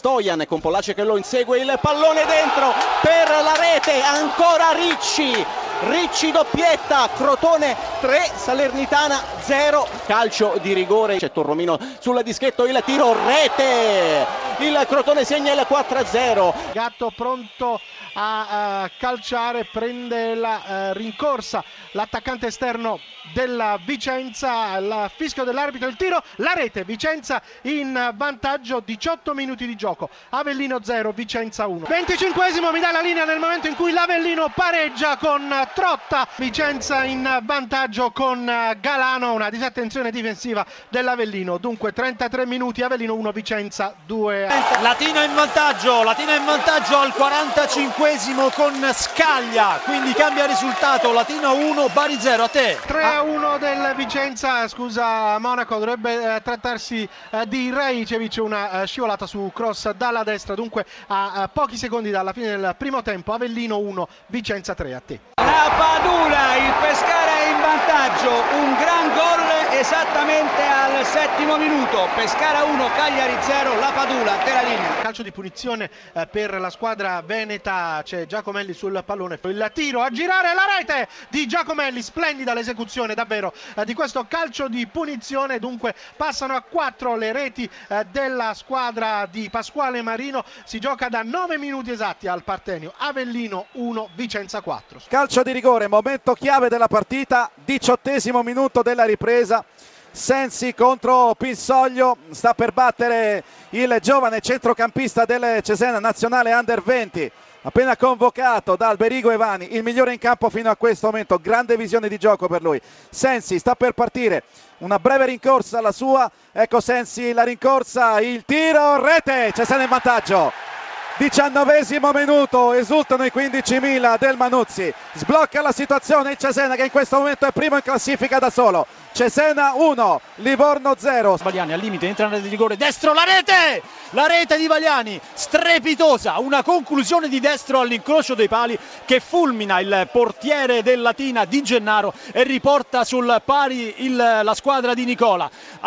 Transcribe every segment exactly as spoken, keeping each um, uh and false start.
Stojan con Pollace che lo insegue, il pallone dentro per la rete, ancora Ricci. Ricci doppietta, Crotone tre, Salernitana zero, calcio di rigore, c'è Torromino sul dischetto, il tiro, rete, il Crotone segna il quattro a zero. Gatto pronto a, a calciare, prende la uh, rincorsa l'attaccante esterno della Vicenza, il fischio dell'arbitro, il tiro, la rete, Vicenza in vantaggio, diciotto minuti di gioco, Avellino zero, Vicenza uno. venticinquesimo, mi dà la linea nel momento in cui l'Avellino pareggia con Trotta, Vicenza in vantaggio con Galano, una disattenzione difensiva dell'Avellino, dunque trentatré minuti, Avellino uno, Vicenza due. Latina in vantaggio, Latina in vantaggio al quarantacinquesimo con Scaglia, quindi cambia risultato, Latina uno, Bari zero, a te. tre a uno del Vicenza, scusa Monaco, dovrebbe eh, trattarsi eh, di Raicevic, una eh, scivolata su cross dalla destra, dunque a, a pochi secondi dalla fine del primo tempo, Avellino uno, Vicenza tre, a te. La Padula, il Pescara è in vantaggio, un gran gol esattamente al settimo minuto, Pescara uno, Cagliari zero, La Padula, te la linea. Calcio di punizione eh, per la squadra veneta, c'è Giacomelli sul pallone, il tiro a girare, la rete di Giacomelli, splendida l'esecuzione davvero eh, di questo calcio di punizione, dunque passano a quattro le reti eh, della squadra di Pasquale Marino, si gioca da nove minuti esatti al Partenio, Avellino uno, Vicenza quattro. Calcio di rigore, momento chiave della partita, diciottesimo minuto della ripresa. Sensi contro Pinsoglio, sta per battere il giovane centrocampista del Cesena, nazionale under venti, appena convocato da Alberigo Evani, il migliore in campo fino a questo momento, grande visione di gioco per lui. Sensi sta per partire, una breve rincorsa alla sua, ecco Sensi la rincorsa, il tiro, rete, Cesena in vantaggio. diciannovesimo minuto, esultano i quindicimila del Manuzzi, sblocca la situazione il Cesena che in questo momento è primo in classifica da solo. Cesena uno, Livorno zero. Valiani al limite, entra nel rigore destro, la rete! La rete di Valiani, strepitosa, una conclusione di destro all'incrocio dei pali che fulmina il portiere del Latina Di Gennaro e riporta sul pari il, la squadra di Nicola.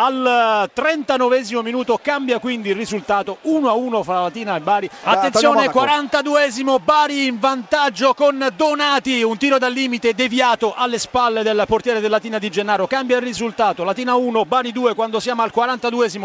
Al trentanovesimo minuto cambia quindi il risultato, uno a uno fra Latina e Bari. Attenzione, quarantaduesimo, Bari in vantaggio con Donati, un tiro dal limite deviato alle spalle del portiere del Latina Di Gennaro, cambia il risultato, Latina uno, Bari due quando siamo al quarantaduesimo.